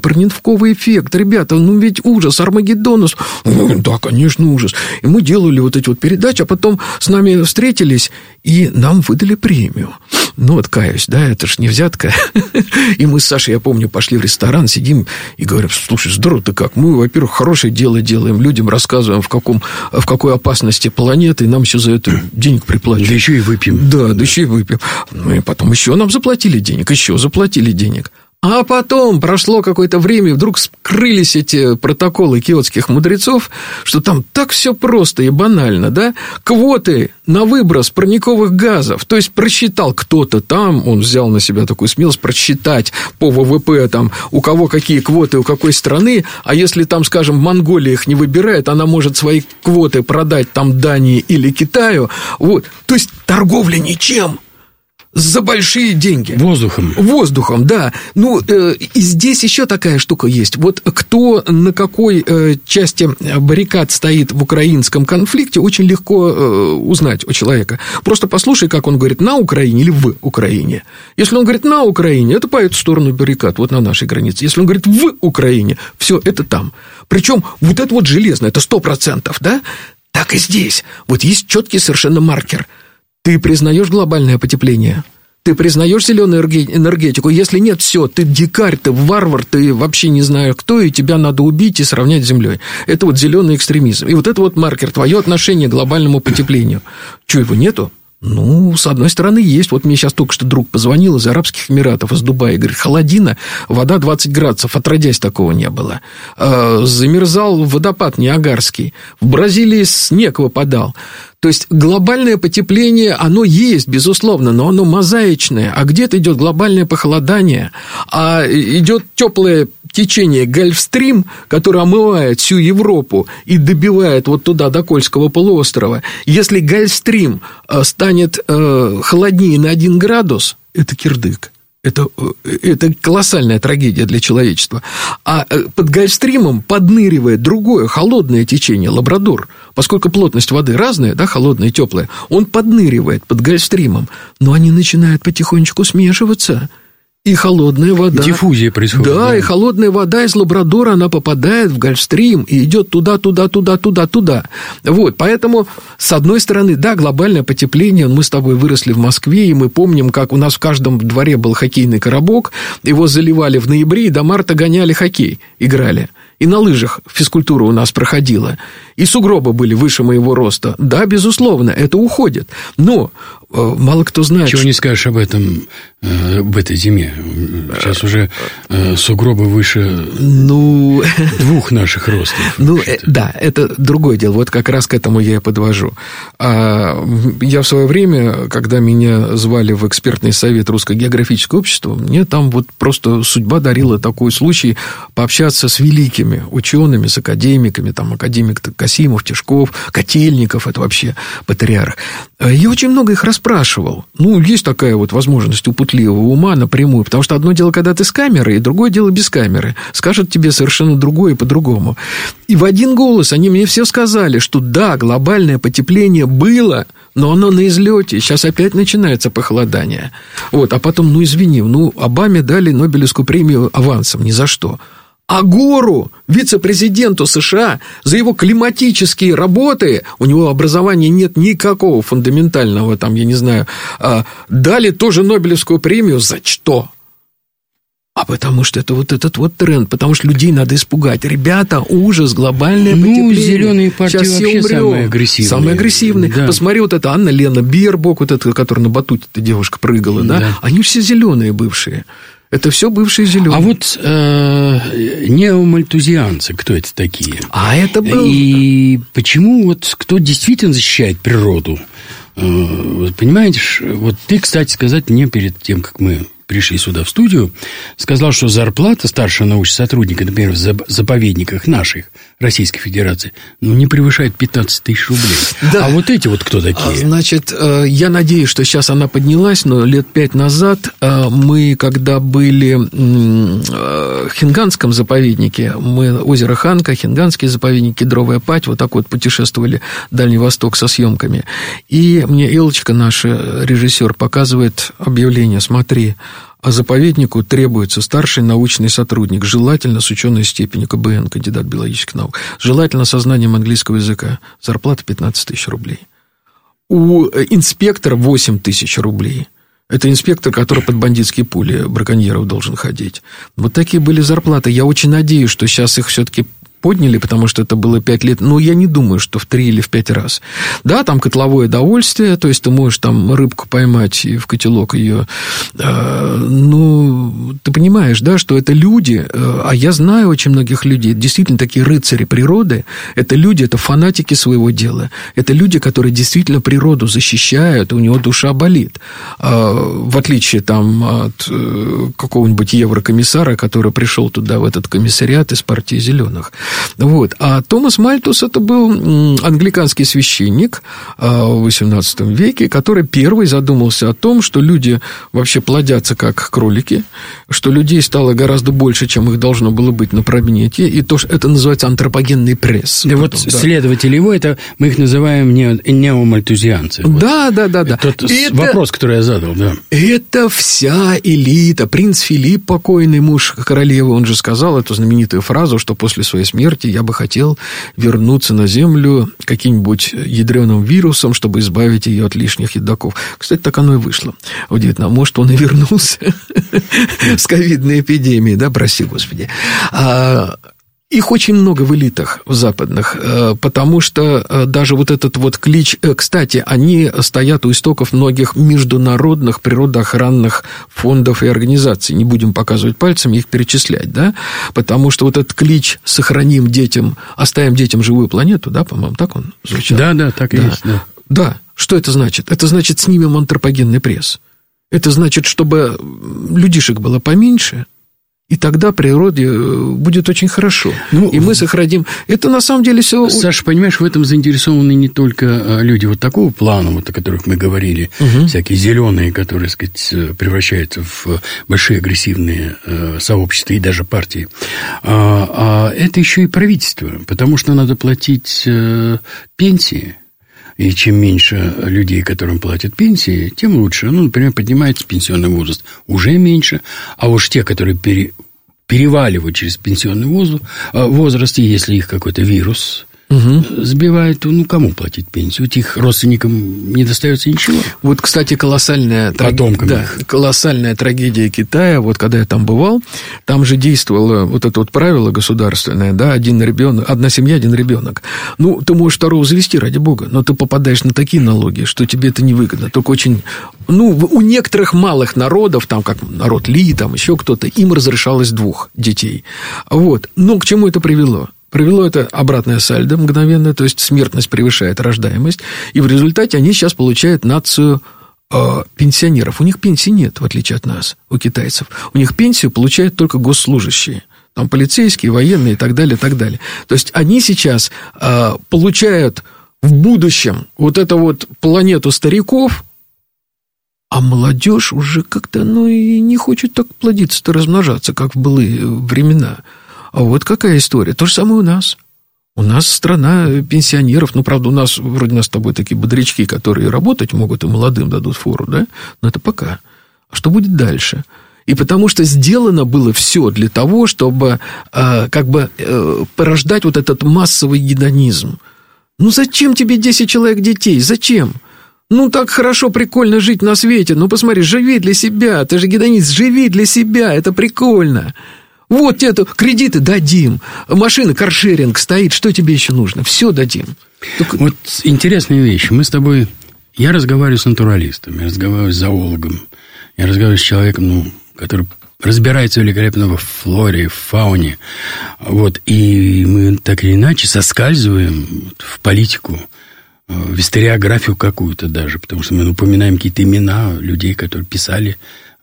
парниковый эффект. Ребята, ну ведь ужас, Армагеддон. Да, конечно, ужас. И мы делали вот эти вот передачи, а потом с нами встретились, и нам выдали премию. Ну, вот каюсь, да, это ж не взятка. И мы с Сашей, я помню, пошли в ресторан, сидим и говорим: слушай, здорово ты как. Мы, во-первых, хорошее дело делаем, людям рассказываем, в, каком, в какой опасности планеты, и нам еще за это денег приплачивают. Да еще и выпьем. Да, да, да еще и выпьем. Ну, и потом еще нам заплатили денег, еще заплатили денег. А потом прошло какое-то время, и вдруг скрылись эти протоколы киотских мудрецов, что там так все просто и банально, да? Квоты на выброс парниковых газов. То есть просчитал кто-то там, он взял на себя такую смелость просчитать по ВВП, там, у кого какие квоты, у какой страны, а если там, скажем, Монголия их не выбирает, она может свои квоты продать там Дании или Китаю. Вот. То есть торговля ничем. За большие деньги. Воздухом. Воздухом, да. Ну, э, и здесь еще такая штука есть. Вот кто на какой э, части баррикад стоит в украинском конфликте, очень легко э, узнать у человека. Просто послушай, как он говорит: на Украине или в Украине. Если он говорит на Украине, это по эту сторону баррикад, вот на нашей границе. Если он говорит в Украине, все, это там. Причем вот это вот железно, это сто процентов, да? Так и здесь. Вот есть четкий совершенно маркер. Ты признаешь глобальное потепление? Ты признаешь зеленую энергетику? Если нет, все, ты дикарь, ты варвар, ты вообще не знаю кто, и тебя надо убить и сравнять с землей. Это вот зеленый экстремизм. И вот это вот маркер, твое отношение к глобальному потеплению. Чего его нету? Ну, с одной стороны, есть. Вот мне сейчас только что друг позвонил из Арабских Эмиратов, из Дубая, и говорит: холодина, вода двадцать градусов, отродясь такого не было. Замерзал водопад Ниагарский. В Бразилии снег выпадал. То есть глобальное потепление, оно есть, безусловно, но оно мозаичное. А где-то идет глобальное похолодание, а идет теплое течение Гольфстрим, которое омывает всю Европу и добивает вот туда, до Кольского полуострова. Если Гольфстрим станет холоднее на один градус, это кирдык. Это, это колоссальная трагедия для человечества. А под Гольфстримом подныривает другое холодное течение, Лабрадор. Поскольку плотность воды разная, да, холодная и теплая, он подныривает под Гольфстримом, но они начинают потихонечку смешиваться. И холодная вода... Диффузия происходит. Да, да, и холодная вода из Лабрадора, она попадает в Гольфстрим и идет туда, туда, туда, туда, туда. Вот, поэтому, с одной стороны, да, глобальное потепление, мы с тобой выросли в Москве, и мы помним, как у нас в каждом дворе был хоккейный коробок, его заливали в ноябре, и до марта гоняли хоккей, играли. И на лыжах физкультура у нас проходила. И сугробы были выше моего роста. Да, безусловно, это уходит. Но э, мало кто знает... Чего что... не скажешь об этом, э, об этой зиме? Сейчас уже э, сугробы выше ну... двух наших ростов. Ну, э, да, это другое дело. Вот как раз к этому я и подвожу. А, я в свое время, когда меня звали в экспертный совет Русского географического общества, мне там вот просто судьба дарила такой случай пообщаться с великими учеными, с академиками, там академик Касимов, Тишков, Котельников, это вообще патриарх. Я очень много их расспрашивал. Ну, есть такая вот возможность у путливого ума напрямую, потому что одно дело, когда ты с камерой, и другое дело без камеры. Скажут тебе совершенно другое и по-другому. И в один голос они мне все сказали, что да, глобальное потепление было, но оно на излете. Сейчас опять начинается похолодание. Вот, а потом, ну, извини, ну, Обаме дали Нобелевскую премию авансом, ни за что. А Гору, вице-президенту США, за его климатические работы, у него образования нет никакого фундаментального, там, я не знаю, дали тоже Нобелевскую премию за что? А потому что это вот этот вот тренд, потому что людей надо испугать. Ребята, ужас, глобальное ну, потепление. Ну, зеленые партии сейчас вообще самые агрессивные. Самые агрессивные. Да. Посмотри, вот это Анна Лена Бербок, вот эта, которая на батуте эта девушка прыгала, да? да? Они все зеленые бывшие. Это все бывшие зеленые. А вот э, неомальтузианцы, кто это такие? А это был... И почему вот кто действительно защищает природу? Э, понимаете, вот ты, кстати сказать, мне перед тем, как мы пришли сюда в студию, сказал, что зарплата старшего научного сотрудника, например, в заповедниках наших, Российской Федерации, ну, не превышает пятнадцать тысяч рублей. Да. А вот эти вот кто такие? Значит, я надеюсь, что сейчас она поднялась, но лет пять назад мы, когда были в Хинганском заповеднике, мы озеро Ханка, Хинганский заповедник, Кедровая Падь, вот так вот путешествовали в Дальний Восток со съемками. И мне Элочка, наш режиссер, показывает объявление, смотри, а заповеднику требуется старший научный сотрудник, желательно с ученой степенью ка бэ эн, кандидат биологических наук, желательно со знанием английского языка, зарплата пятнадцать тысяч рублей. У инспектора восемь тысяч рублей. Это инспектор, который под бандитские пули браконьеров должен ходить. Вот такие были зарплаты. Я очень надеюсь, что сейчас их все-таки подняли, потому что это было пять лет, но я не думаю, что в три или в пять раз. Да, там котловое довольствие, то есть ты можешь там рыбку поймать и в котелок ее. Э, ну, ты понимаешь, да, что это люди, э, а я знаю очень многих людей, действительно такие рыцари природы, это люди, это фанатики своего дела, это люди, которые действительно природу защищают, у него душа болит. Э, в отличие там от э, какого-нибудь еврокомиссара, который пришел туда, в этот комиссариат из партии «Зеленых». Вот. А Томас Мальтус – это был англиканский священник в восемнадцатом веке, который первый задумался о том, что люди вообще плодятся как кролики, что людей стало гораздо больше, чем их должно было быть на планете, и то, что это называется антропогенный пресс. Да, потом, вот да. Следователи его, это мы их называем не, неомальтузианцы. Вот. Да, да, да, да. Тот это, вопрос, который я задал, да. Это вся элита. Принц Филипп, покойный муж королевы, он же сказал эту знаменитую фразу, что после своей смерти я бы хотел вернуться на Землю каким-нибудь ядреным вирусом, чтобы избавить ее от лишних едоков. Кстати, так оно и вышло. Удивительно, может, он и вернулся с ковидной эпидемией, да, прости господи. Их очень много в элитах в западных, потому что даже вот этот вот клич... Кстати, они стоят у истоков многих международных природоохранных фондов и организаций. Не будем показывать пальцем, их перечислять, да? Потому что вот этот клич «Сохраним детям, оставим детям живую планету», да, по-моему, так он звучал? Да, да, так и да. есть, да. Да, что это значит? Это значит, снимем антропогенный пресс. Это значит, чтобы людишек было поменьше... И тогда природе будет очень хорошо. Ну, и мы сохраним... Это на самом деле все... Саша, понимаешь, в этом заинтересованы не только люди вот такого плана, вот о которых мы говорили, угу. всякие зеленые, которые, так сказать, превращаются в большие агрессивные сообщества и даже партии. А, а это еще и правительство, потому что надо платить пенсии. И чем меньше людей, которым платят пенсии, тем лучше. Ну, например, поднимается пенсионный возраст, уже меньше. А уж те, которые пере, переваливают через пенсионный возраст, возраст, и если их какой-то вирус угу. сбивает, то ну, кому платить пенсию? Ведь их родственникам не достается ничего. Вот, кстати, колоссальная, траг... да, колоссальная трагедия Китая. Вот когда я там бывал, там же действовало вот это вот правило государственное, да, один ребенок, одна семья, один ребенок. Ну, ты можешь второго завести, ради бога, но ты попадаешь на такие налоги, что тебе это невыгодно. Только очень... Ну, у некоторых малых народов, там, как народ Ли, там еще кто-то, им разрешалось двух детей. Вот. Но к чему это привело? Привело это обратное сальдо мгновенно, то есть смертность превышает рождаемость, и в результате они сейчас получают нацию э, пенсионеров. У них пенсии нет, в отличие от нас, у китайцев. У них пенсию получают только госслужащие. Там полицейские, военные и так далее, и так далее. То есть они сейчас э, получают в будущем вот эту вот планету стариков, а молодежь уже как-то, ну, и не хочет так плодиться-то, размножаться, как в былые времена. А вот какая история. То же самое у нас. У нас страна пенсионеров. Ну, правда, у нас, вроде нас с тобой такие бодрячки, которые работать могут и молодым дадут фору, да? Но это пока. А что будет дальше? И потому что сделано было все для того, чтобы э, как бы э, порождать вот этот массовый гедонизм. Ну, зачем тебе десять человек детей? Зачем? Ну, так хорошо, прикольно жить на свете. Ну, посмотри, живи для себя. Ты же гедонист, живи для себя. Это прикольно. Вот тебе кредиты дадим, машина, каршеринг стоит, что тебе еще нужно? Все дадим. Только... Вот интересная вещь. Мы с тобой... Я разговариваю с натуралистом, я разговариваю с зоологом, я разговариваю с человеком, ну, который разбирается великолепно во флоре, в фауне. Вот. И мы так или иначе соскальзываем в политику, в историографию какую-то даже, потому что мы упоминаем какие-то имена людей, которые писали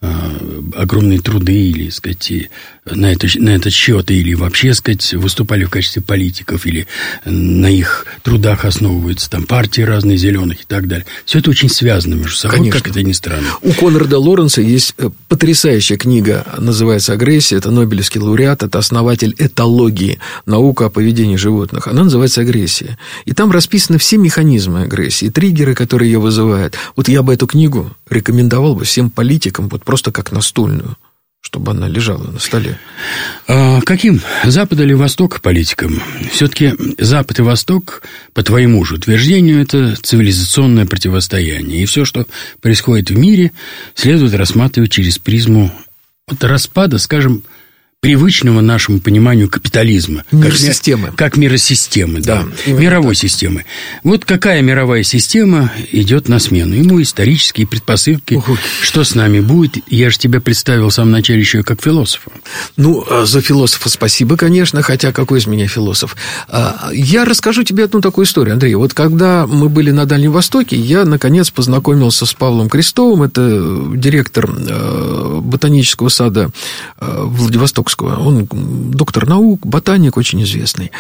огромные труды, или, сказать, на, это, на этот счет, или вообще, сказать, выступали в качестве политиков, или на их трудах основываются там партии разные, зеленых и так далее. Все это очень связано между собой, конечно. Как это ни странно. У Конрада Лоренса есть потрясающая книга, называется «Агрессия». Это Нобелевский лауреат, это основатель этологии, наука о поведении животных. Она называется «Агрессия». И там расписаны все механизмы агрессии, триггеры, которые ее вызывают. Вот я бы эту книгу рекомендовал бы всем политикам, вот просто как настольную, чтобы она лежала на столе. А каким Запад или Восток политикам? Все-таки Запад и Восток, по твоему же утверждению, это цивилизационное противостояние. И все, что происходит в мире, следует рассматривать через призму от распада, скажем, привычного нашему пониманию капитализма. Миросистемы. Как, как миросистемы, да. да мировой так. системы. Вот какая мировая система идет на смену? Ему исторические предпосылки, Ух. что с нами будет. Я же тебя представил в самом начале еще как философа. Ну, за философа спасибо, конечно, хотя какой из меня философ. Я расскажу тебе одну такую историю, Андрей. Вот когда мы были на Дальнем Востоке, я, наконец, познакомился с Павлом Крестовым. Это директор ботанического сада Владивостока. Он доктор наук, ботаник очень известный.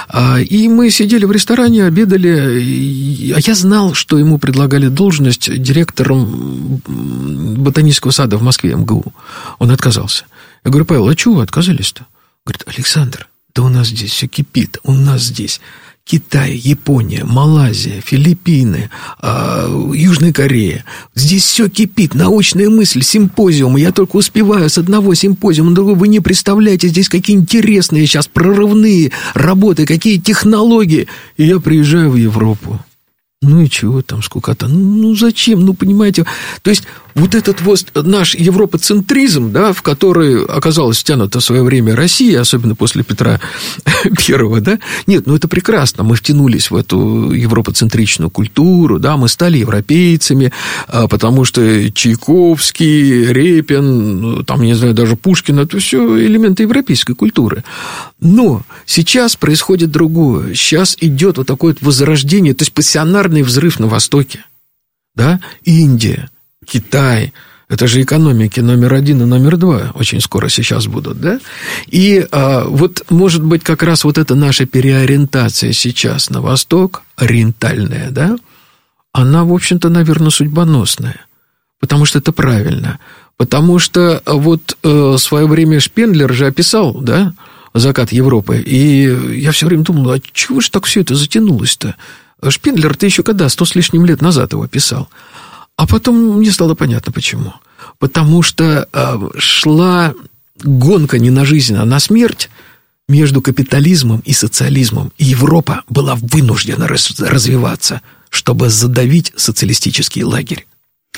И мы сидели в ресторане, обедали. А я знал, что ему предлагали должность директором ботанического сада в Москве, эм гэ у. Он отказался. Я говорю: Павел, а чего вы отказались-то? Говорит: Александр, да у нас здесь все кипит. У нас здесь Китай, Япония, Малайзия, Филиппины, э, Южная Корея. Здесь все кипит, научная мысль, симпозиумы. Я только успеваю с одного симпозиума на другой. Вы не представляете, здесь какие интересные сейчас прорывные работы, какие технологии. И я приезжаю в Европу. Ну и чего там, сколько-то? Ну зачем? Ну, понимаете, то есть вот этот вот наш европоцентризм, да, в который оказалась втянута в свое время Россия, особенно после Петра Первого, да, нет, ну это прекрасно, мы втянулись в эту европоцентричную культуру, да, мы стали европейцами, потому что Чайковский, Репин, там, не знаю, даже Пушкин, это все элементы европейской культуры. Но сейчас происходит другое, сейчас идет вот такое вот возрождение, то есть пассионарный взрыв на Востоке, да, Индия, Китай, это же экономики номер один и номер два очень скоро сейчас будут, да? И а, вот, может быть, как раз вот эта наша переориентация сейчас на Восток, ориентальная, да, она, в общем-то, наверное, судьбоносная, потому что это правильно, потому что вот в свое время Шпенглер же описал, да, закат Европы, и я все время думал, а чего же так все это затянулось-то? Шпенглер-то еще когда, сто с лишним лет назад его писал. А потом мне стало понятно, почему. Потому что шла гонка не на жизнь, а на смерть между капитализмом и социализмом. И Европа была вынуждена развиваться, чтобы задавить социалистический лагерь.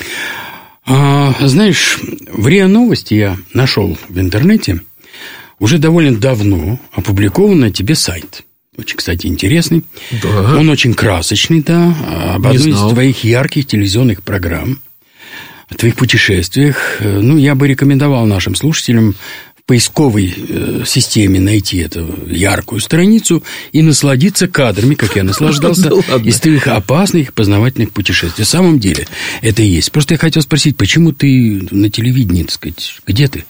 А, знаешь, в РИА Новости я нашел в интернете уже довольно давно опубликованный тебе сайт. Очень, кстати, интересный. Да. Он очень красочный, да. Об одной из твоих ярких телевизионных программ, о твоих путешествиях. Ну, я бы рекомендовал нашим слушателям в поисковой системе найти эту яркую страницу и насладиться кадрами, как я наслаждался, из твоих опасных познавательных путешествий. В самом деле, это и есть. Просто я хотел спросить, почему ты на телевидении, так сказать, где ты?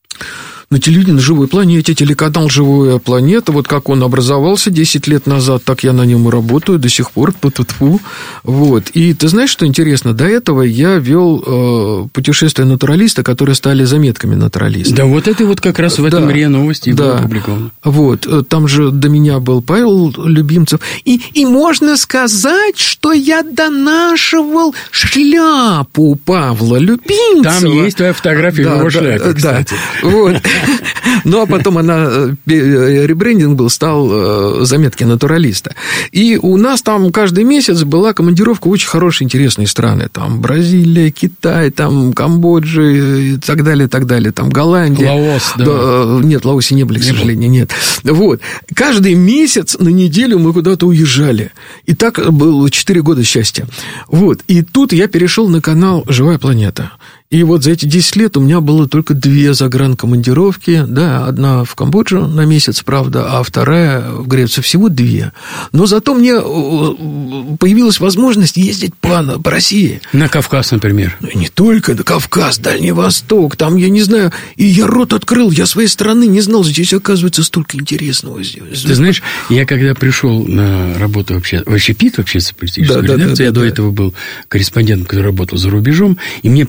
На телевидении, на «Живой планете», телеканал «Живая планета», вот как он образовался десять лет назад, так я на нем и работаю до сих пор, тьфу-тьфу. Вот. И ты знаешь, что интересно? До этого я вел э, путешествия натуралиста, которые стали заметками натуралиста. Да, вот это вот как раз в этом да, РИА Новости да. было опубликовано. Вот. Там же до меня был Павел Любимцев. И, и можно сказать, что я донашивал шляпу Павла Любимцева. Там есть твоя фотография да, в его шляпе, да, кстати. Да. Вот. Ну, а потом она, ребрендинг был, стал заметки натуралиста. И у нас там каждый месяц была командировка в очень хорошие, интересные страны. Там Бразилия, Китай, там Камбоджа и так далее, и так далее. Там Голландия. Лаос, да. да. Нет, в Лаосе не были, к не сожалению, был. Нет. Вот. Каждый месяц на неделю мы куда-то уезжали. И так было четыре года счастья. Вот. И тут я перешел на канал «Живая планета». И вот за эти десять лет у меня было только две загранкомандировки, да, одна в Камбоджу на месяц, правда, а вторая в Грецию, всего две. Но зато мне появилась возможность ездить по, по России. На Кавказ, например. Ну, не только на Кавказ, Дальний Восток, там, я не знаю, и я рот открыл, я своей страны не знал, здесь, оказывается, столько интересного здесь. Ты знаешь, я когда пришел на работу вообще, в общепит, в общественной политической да, редакции, да, да, я да, до да. этого был корреспондентом, который работал за рубежом, и мне предложили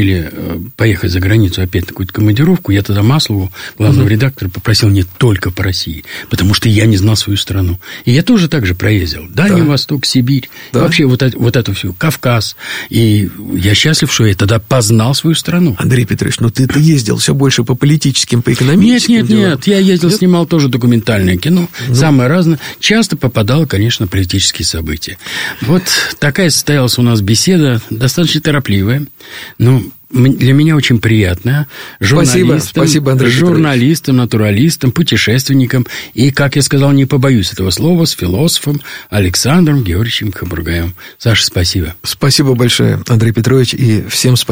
решили поехать за границу опять на какую-то командировку, я тогда Маслову, главного mm-hmm. редактора, попросил не только по России, потому что я не знал свою страну. И я тоже так же проездил. Дальний да. Восток, Сибирь, да. вообще вот, это, вот эту всю, Кавказ. И я счастлив, что я тогда познал свою страну. Андрей Петрович, ну ты, ты ездил все больше по политическим, по экономическим Нет, нет, делам. нет. Я ездил, нет? снимал тоже документальное кино. Ну. Самое разное. Часто попадал, конечно, в политические события. Вот такая состоялась у нас беседа, достаточно торопливая, но для меня очень приятная. Журналистом, спасибо, спасибо, Андрей журналистом, натуралистом, путешественником и, как я сказал, не побоюсь этого слова, с философом Александром Георгиевичем Хабургаевым. Саша, спасибо. Спасибо большое, Андрей Петрович, и всем спасибо.